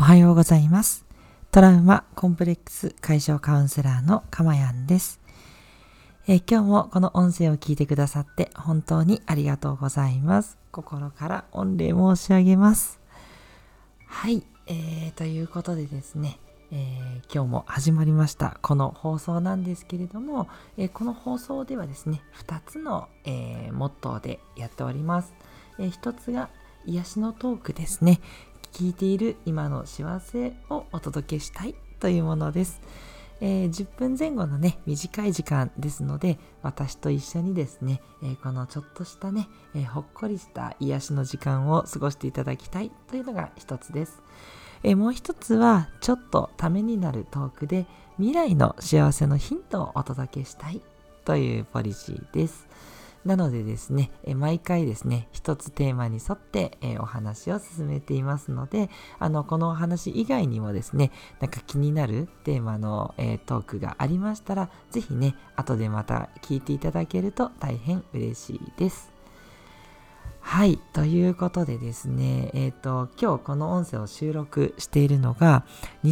はようございます。トラウマコンプレックス解消カウンセラーのかまやんです。今日もこの音声を聞いてくださって本当にありがとうございます。心から御礼申し上げます。はい、ということでですね、今日も始まりましたこの放送なんですけれども、この放送ではですね2つの、モットーでやっております。1つが癒しのトークですね。聞いている今の幸せをお届けしたいというものです。10分前後のね短い時間ですので、私と一緒にですね、このちょっとしたね、ほっこりした癒しの時間を過ごしていただきたいというのが一つです。もう一つはちょっとためになるトークで未来の幸せのヒントをお届けしたいというポリシーです。なのでですね、毎回ですね一つテーマに沿って、お話を進めていますので、このお話以外にもですね、なんか気になるテーマの、トークがありましたら、ぜひね後でまた聞いていただけると大変嬉しいです。はい、ということでですね、今日この音声を収録しているのが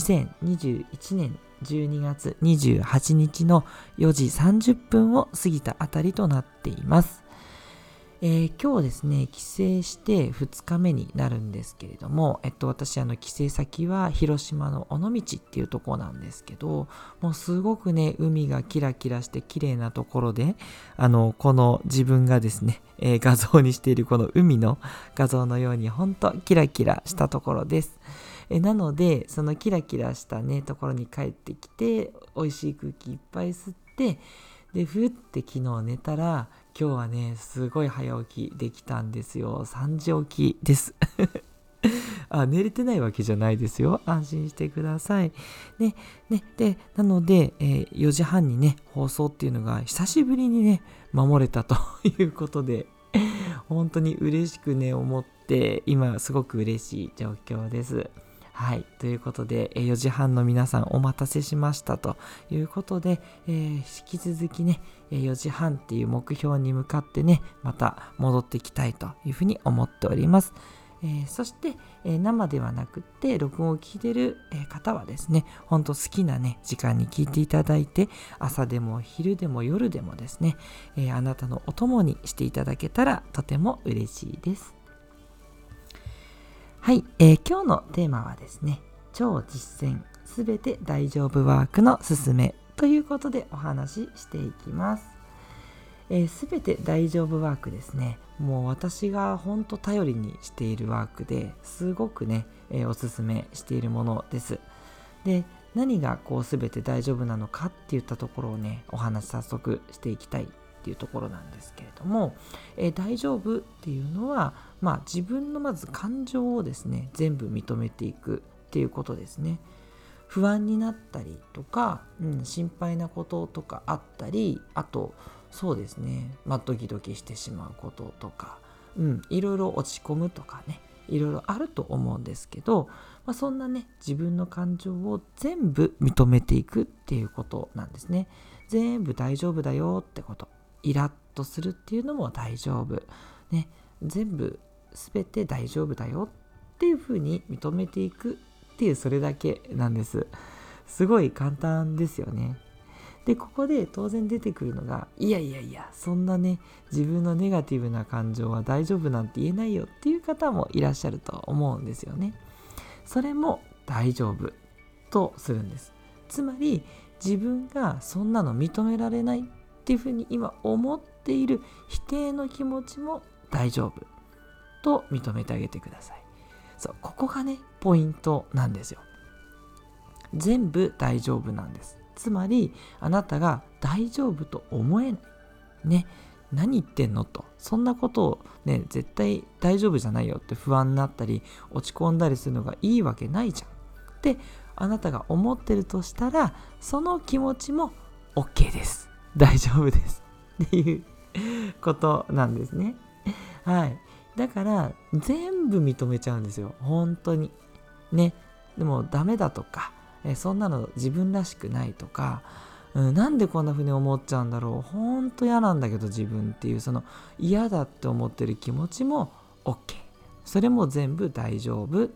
2021年12月28日の4時30分を過ぎたあたりとなっています。今日ですね帰省して2日目になるんですけれども、私帰省先は広島の尾道っていうところなんですけど、もうすごくね海がキラキラして綺麗なところで、この自分がですね、画像にしているこの海の画像のようにほんとキラキラしたところです。なのでそのキラキラしたねところに帰ってきて美味しい空気いっぱい吸って、でふって昨日寝たら今日はねすごい早起きできたんですよ。3時起きです寝れてないわけじゃないですよ、安心してくださいね。でなので、4時半にね放送っていうのが久しぶりにね守れたということで本当に嬉しくね思って、今すごく嬉しい状況です。はい、ということで4時半の皆さんお待たせしましたということで、引き続きね4時半っていう目標に向かってねまた戻っていきたいというふうに思っております。そして、生ではなくって録音を聞いている、方はですね本当好きなね時間に聞いていただいて、朝でも昼でも夜でもですね、あなたのお供にしていただけたらとても嬉しいです。はい、今日のテーマはですね、超実践すべて大丈夫ワークのすすめということでお話ししていきます。すべて大丈夫ワークですね。もう私が本当頼りにしているワークですごくね、おすすめしているものです。で、何がこうすべて大丈夫なのかっていったところをね、お話早速していきたいっていうところなんですけれども、大丈夫っていうのは、自分のまず感情をですね全部認めていくっていうことですね。不安になったりとか、心配なこととかあったり、あとそうですね、ドキドキしてしまうこととか、いろいろ落ち込むとかね、いろいろあると思うんですけど、そんなね自分の感情を全部認めていくっていうことなんですね。全部大丈夫だよってこと、イラッとするっていうのも大丈夫ね、全部全て大丈夫だよっていうふうに認めていくっていう、それだけなんです。すごい簡単ですよね。でここで当然出てくるのが、いやそんなね自分のネガティブな感情は大丈夫なんて言えないよっていう方もいらっしゃると思うんですよね。それも大丈夫とするんです。つまり自分がそんなの認められないっていうふうに今思っている否定の気持ちも大丈夫と認めてあげてください。そう、ここがねポイントなんですよ。全部大丈夫なんです。つまりあなたが大丈夫と思えないね、何言ってんのと、そんなことをね絶対大丈夫じゃないよって不安になったり落ち込んだりするのがいいわけないじゃんってあなたが思ってるとしたら、その気持ちも OK です、大丈夫ですっていうことなんですね。はい、だから全部認めちゃうんですよ本当にね。でもダメだとか、そんなの自分らしくないとか、なんでこんな風に思っちゃうんだろう、ほんと嫌なんだけど自分っていう、その嫌だって思ってる気持ちも OK、 それも全部大丈夫っ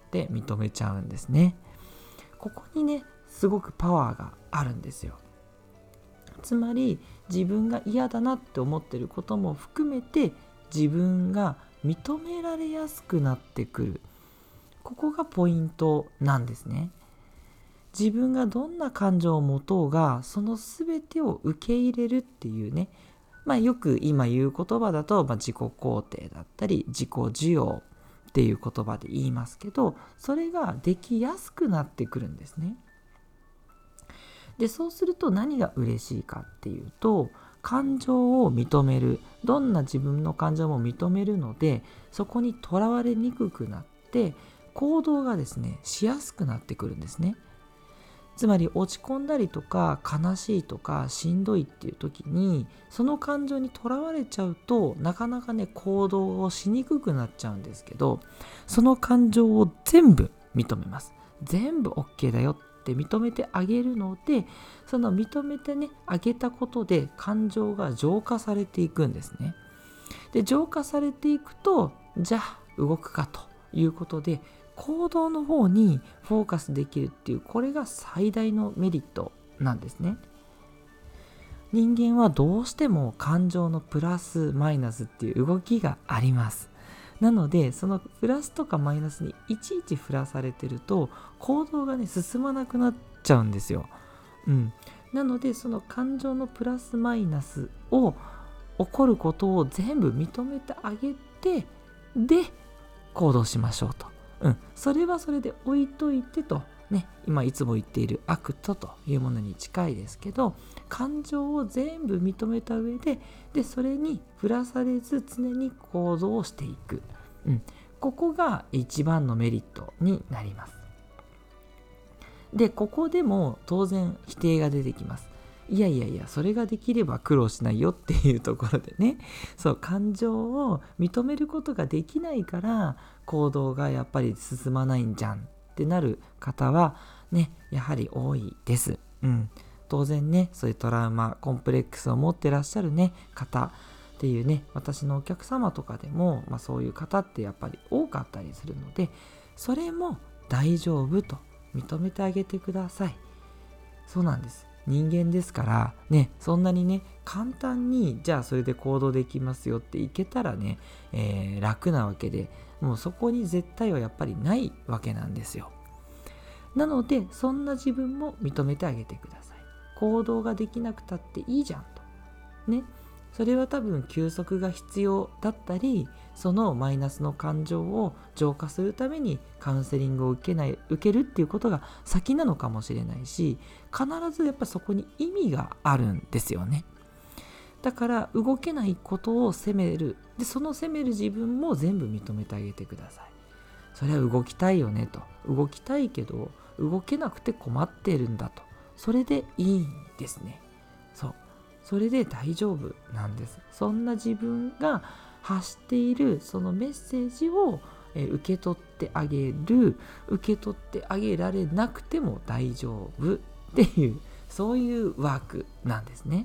って認めちゃうんですね。ここにねすごくパワーがあるんですよ。つまり自分が嫌だなって思ってることも含めて自分が認められやすくなってくる。ここがポイントなんですね。自分がどんな感情を持とうがその全てを受け入れるっていうね、よく今言う言葉だと、自己肯定だったり自己需要っていう言葉で言いますけど、それができやすくなってくるんですね。でそうすると何が嬉しいかっていうと、感情を認める、どんな自分の感情も認めるので、そこにとらわれにくくなって行動がですねしやすくなってくるんですね。つまり落ち込んだりとか悲しいとかしんどいっていう時にその感情にとらわれちゃうとなかなかね行動をしにくくなっちゃうんですけど、その感情を全部認めます。全部 OK だよって認めてあげるので、その認めてねあげたことで感情が浄化されていくんですね。で浄化されていくと、じゃあ動くかということで行動の方にフォーカスできるっていう、これが最大のメリットなんですね。人間はどうしても感情のプラスマイナスっていう動きがあります。なのでそのプラスとかマイナスにいちいち振らされてると行動がね進まなくなっちゃうんですよ。なのでその感情のプラスマイナスを起こることを全部認めてあげて、で行動しましょうと。それはそれで置いといてとね、今いつも言っているアクトというものに近いですけど、感情を全部認めた上で、それに振らされず常に行動をしていく、ここが一番のメリットになります。でここでも当然否定が出てきます。いやそれができれば苦労しないよっていうところでね、そう感情を認めることができないから行動がやっぱり進まないんじゃんってなる方はねやはり多いです。当然ねそういうトラウマコンプレックスを持ってらっしゃるね方っていうね、私のお客様とかでも、そういう方ってやっぱり多かったりするので、それも大丈夫と認めてあげてください。そうなんです。人間ですからね、そんなにね簡単にじゃあそれで行動できますよっていけたらね、楽なわけで、もうそこに絶対はやっぱりないわけなんですよ。なのでそんな自分も認めてあげてください。行動ができなくたっていいじゃんとね。それは多分休息が必要だったり、そのマイナスの感情を浄化するためにカウンセリングを受けるっていうことが先なのかもしれないし、必ずやっぱそこに意味があるんですよね。だから動けないことを責める。でその責める自分も全部認めてあげてください。それは動きたいよねと。動きたいけど動けなくて困ってるんだと。それでいいんですね。それで大丈夫なんです。そんな自分が発しているそのメッセージを受け取ってあげられなくても大丈夫っていう、そういうワークなんですね。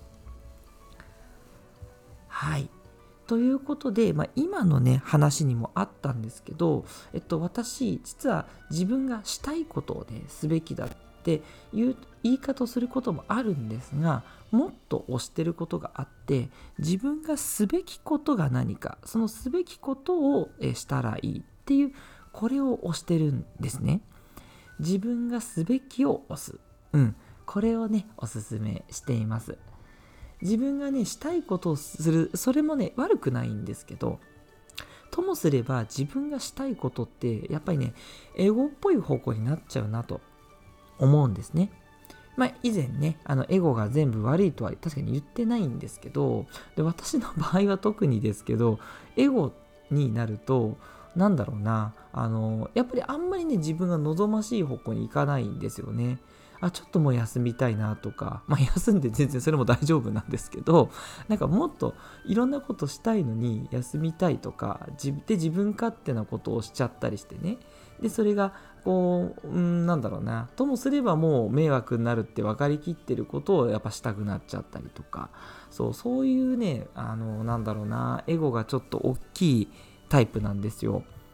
はい。ということで、今のね話にもあったんですけど、私実は自分がしたいことをねすべきだっていう言い方をすることもあるんですが、もっと推してることがあって、自分がすべきことが何か、そのすべきことをしたらいいっていう、これを推してるんですね。自分がすべきを推す、これをねおすすめしています。自分がねしたいことをする、それもね悪くないんですけど、ともすれば自分がしたいことってやっぱりねエゴっぽい方向になっちゃうなと思うんですね。以前ねエゴが全部悪いとは確かに言ってないんですけど、で私の場合は特にですけど、エゴになるとやっぱりあんまりね自分が望ましい方向に行かないんですよね。ちょっともう休みたいなとか、休んで全然それも大丈夫なんですけど、もっといろんなことしたいのに休みたいとか自分勝手なことをしちゃったりしてね、でそれがこうともすればもう迷惑になるって分かりきってることをやっぱしたくなっちゃったりとか、そういうねエゴがちょっと大きいタイプなんですよ。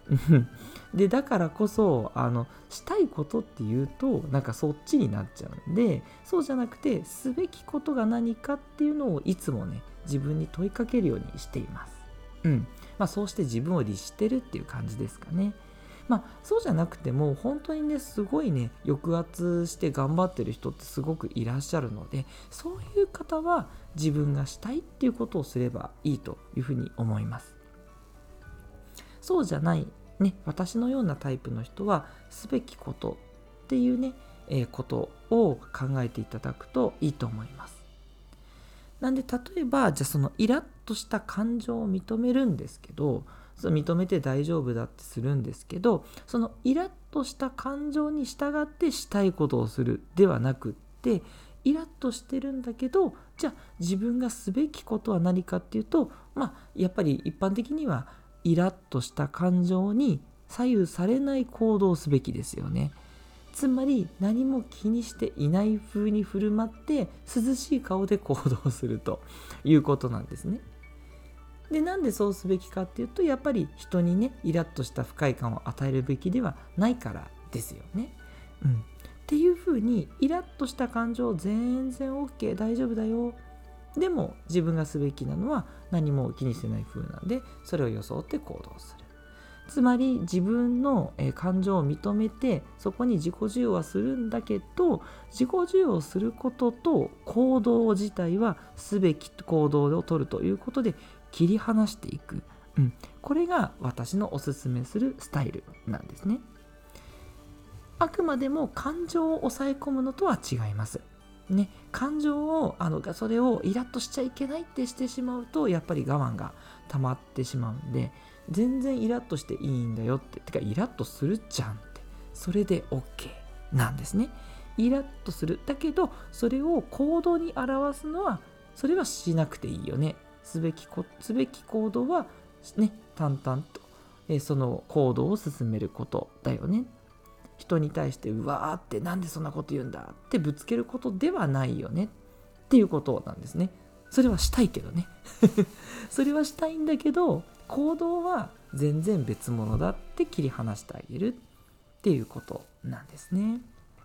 でだからこそしたいことっていうとなんかそっちになっちゃうんで、そうじゃなくてすべきことが何かっていうのをいつもね自分に問いかけるようにしています。そうして自分を律してるっていう感じですかね。そうじゃなくても本当にねすごいね抑圧して頑張ってる人ってすごくいらっしゃるので、そういう方は自分がしたいっていうことをすればいいというふうに思います。そうじゃないね、私のようなタイプの人はすべきことっていうね、ことを考えていただくといいと思います。なんで例えばじゃあそのイラッとした感情を認めるんですけど、その認めて大丈夫だってするんですけど、そのイラッとした感情に従ってしたいことをするではなくって、イラッとしてるんだけど、じゃあ自分がすべきことは何かっていうと、やっぱり一般的にはイラッとした感情に左右されない行動をすべきですよね。つまり何も気にしていない風に振る舞って涼しい顔で行動するということなんですね。でなんでそうすべきかっていうと、やっぱり人にねイラッとした不快感を与えるべきではないからですよね。っていう風にイラッとした感情全然 OK 大丈夫だよ、でも自分がすべきなのは何も気にしてない風なんで、それを装って行動する。つまり自分の感情を認めてそこに自己受容はするんだけど、自己受容することと行動自体はすべき行動を取るということで切り離していく、これが私のおすすめするスタイルなんですね。あくまでも感情を抑え込むのとは違います。感情をそれをイラッとしちゃいけないってしてしまうとやっぱり我慢が溜まってしまうんで、全然イラッとしていいんだよって、てかイラッとするじゃんって、それで OK なんですね。イラッとするだけどそれを行動に表すのはそれはしなくていいよね。すべき行動はね淡々と、その行動を進めることだよね。人に対してうわーってなんでそんなこと言うんだってぶつけることではないよねっていうことなんですね。それはしたいけどねそれはしたいんだけど行動は全然別物だって切り離してあげるっていうことなんですね。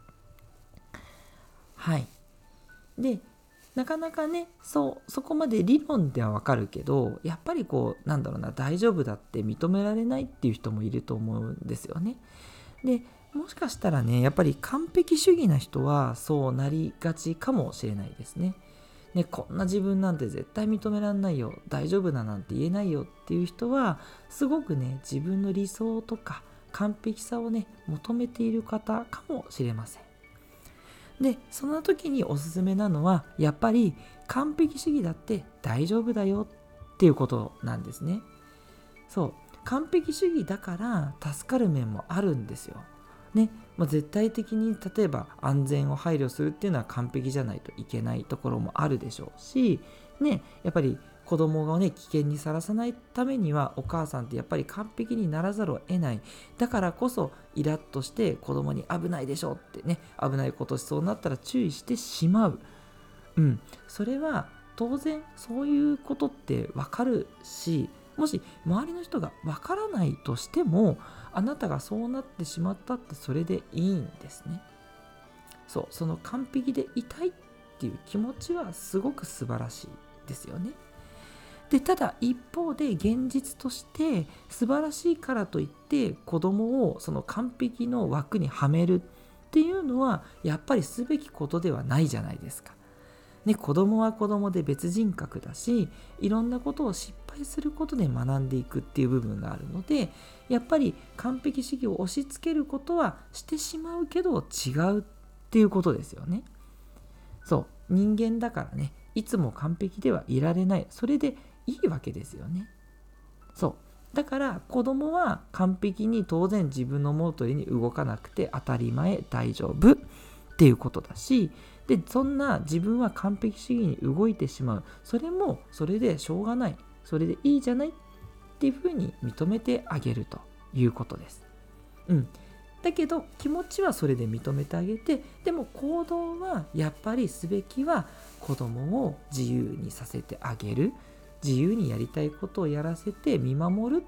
でなかなかねそこまで理論ではわかるけど、やっぱり大丈夫だって認められないっていう人もいると思うんですよね。でもしかしたらねやっぱり完璧主義な人はそうなりがちかもしれないですね。こんな自分なんて絶対認めらんないよ、大丈夫だなんて言えないよっていう人はすごくね自分の理想とか完璧さをね求めている方かもしれません。でその時におすすめなのはやっぱり完璧主義だって大丈夫だよっていうことなんですね。完璧主義だから助かる面もあるんですよ。絶対的に例えば安全を配慮するっていうのは完璧じゃないといけないところもあるでしょうし、やっぱり子供が危険にさらさないためにはお母さんってやっぱり完璧にならざるを得ない。だからこそイラッとして子供に危ないでしょって危ないことしそうになったら注意してしまう。それは当然そういうことってわかるし、もし周りの人がわからないとしてもあなたがそうなってしまったってそれでいいんですね。その完璧でいたいっていう気持ちはすごく素晴らしいですよね。でただ一方で現実として素晴らしいからといって子供をその完璧の枠にはめるっていうのはやっぱりすべきことではないじゃないですか。子供は子供で別人格だし、いろんなことを失敗することで学んでいくっていう部分があるので、やっぱり完璧主義を押し付けることはしてしまうけど違うっていうことですよね。人間だからねいつも完璧ではいられない、それでいいわけですよね。だから子供は完璧に当然自分の思う通りに動かなくて当たり前大丈夫っていうことだし、でそんな自分は完璧主義に動いてしまう、それもそれでしょうがない、それでいいじゃないっていうふうに認めてあげるということです。だけど気持ちはそれで認めてあげて、でも行動はやっぱりすべきは子供を自由にさせてあげる、自由にやりたいことをやらせて見守るっ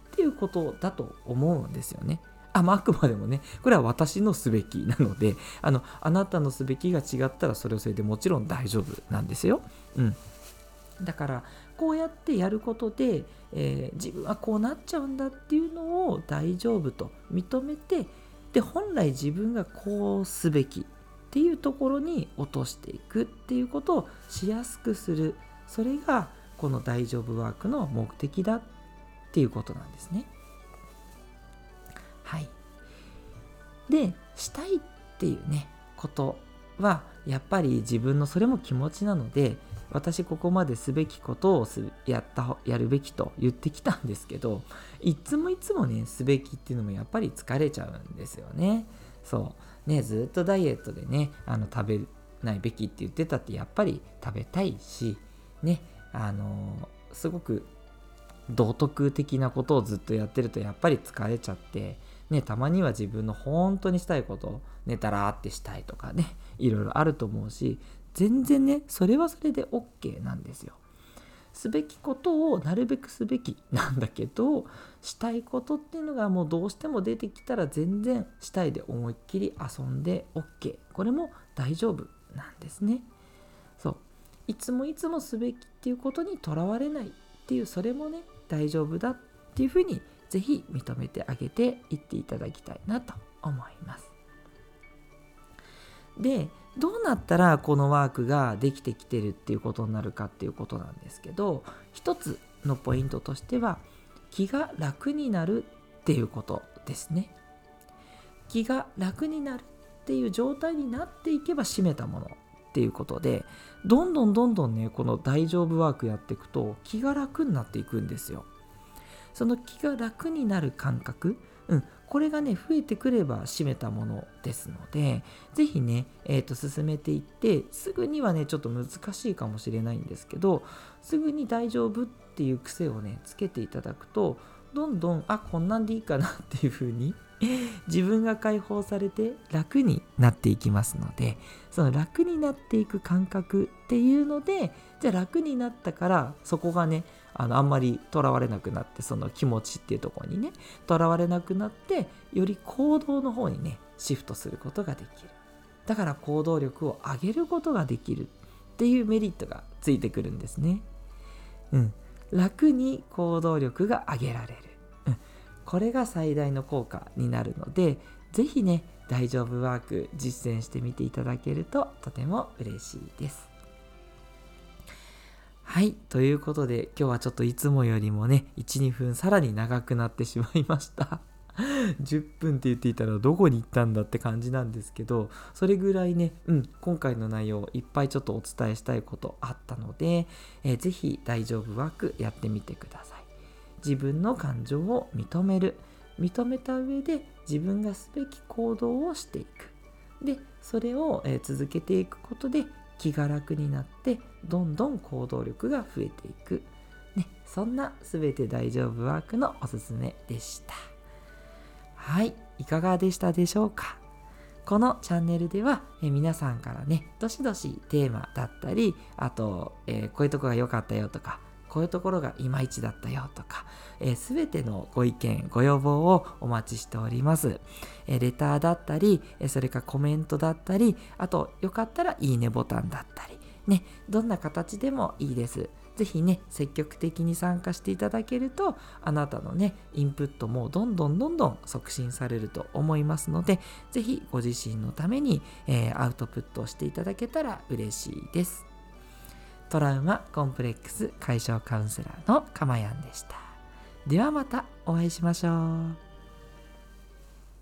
っていうことだと思うんですよね。あくまでもね、これは私のすべきなので、あなたのすべきが違ったらそれはそれでもちろん大丈夫なんですよ。だからこうやってやることで、自分はこうなっちゃうんだっていうのを大丈夫と認めて、で本来自分がこうすべきっていうところに落としていくっていうことをしやすくする、それがこの大丈夫ワークの目的だっていうことなんですね。はい。で、したいっていうねことはやっぱり自分のそれも気持ちなので、私ここまですべきことをやるべきと言ってきたんですけど、いつもねすべきっていうのもやっぱり疲れちゃうんですよね。そうね、ずっとダイエットでね食べないべきって言ってたってやっぱり食べたいしね、すごく道徳的なことをずっとやってるとやっぱり疲れちゃってね、たまには自分の本当にしたいことをねだらーってしたいとかね、いろいろあると思うし、全然ねそれはそれで OK なんですよ。すべきことをなるべくすべきなんだけど、したいことっていうのがもうどうしても出てきたら全然したいで思いっきり遊んで OK、 これも大丈夫なんですね。いつもすべきっていうことにとらわれないっていう、それもね大丈夫だっていうふうにぜひ認めてあげていっていただきたいなと思います。で、どうなったらこのワークができてきてるっていうことになるかっていうことなんですけど、一つのポイントとしては気が楽になるっていうことですね。気が楽になるっていう状態になっていけば締めたものっていうことで、どんどんねこの大丈夫ワークやっていくと気が楽になっていくんですよ。その気が楽になる感覚、これがね増えてくれば締めたものですので、ぜひね、進めていって、すぐにはねちょっと難しいかもしれないんですけど、すぐに大丈夫っていう癖をねつけていただくと、どんどんこんなんでいいかなっていう風に自分が解放されて楽になっていきますので、その楽になっていく感覚っていうので、じゃあ楽になったからそこがねあんまりとらわれなくなって、その気持ちっていうところにねとらわれなくなって、より行動の方にねシフトすることができる。だから行動力を上げることができるっていうメリットがついてくるんですね。楽に行動力が上げられる、これが最大の効果になるので、ぜひね大丈夫ワーク実践してみていただけるととても嬉しいです。はい、ということで今日はちょっといつもよりもね 1,2 分さらに長くなってしまいました10分って言っていたらどこに行ったんだって感じなんですけど、それぐらいね、今回の内容いっぱいちょっとお伝えしたいことあったので、ぜひ大丈夫ワークやってみてください。自分の感情を認めた上で自分がすべき行動をしていく。でそれを続けていくことで気が楽になって、どんどん行動力が増えていく、そんなすべて大丈夫ワークのおすすめでした。はい、いかがでしたでしょうか。このチャンネルでは皆さんからねどしどしテーマだったり、あと、こういうとこが良かったよとか、こういうところがいまいちだったよとか、すべてのご意見ご要望をお待ちしております。レターだったり、それからコメントだったり、あとよかったらいいねボタンだったりね、どんな形でもいいです。ぜひね積極的に参加していただけると、あなたのねインプットもどんどん促進されると思いますので、ぜひご自身のために、アウトプットをしていただけたら嬉しいです。トラウマコンプレックス解消カウンセラーのかまやんでした。ではまたお会いしましょう。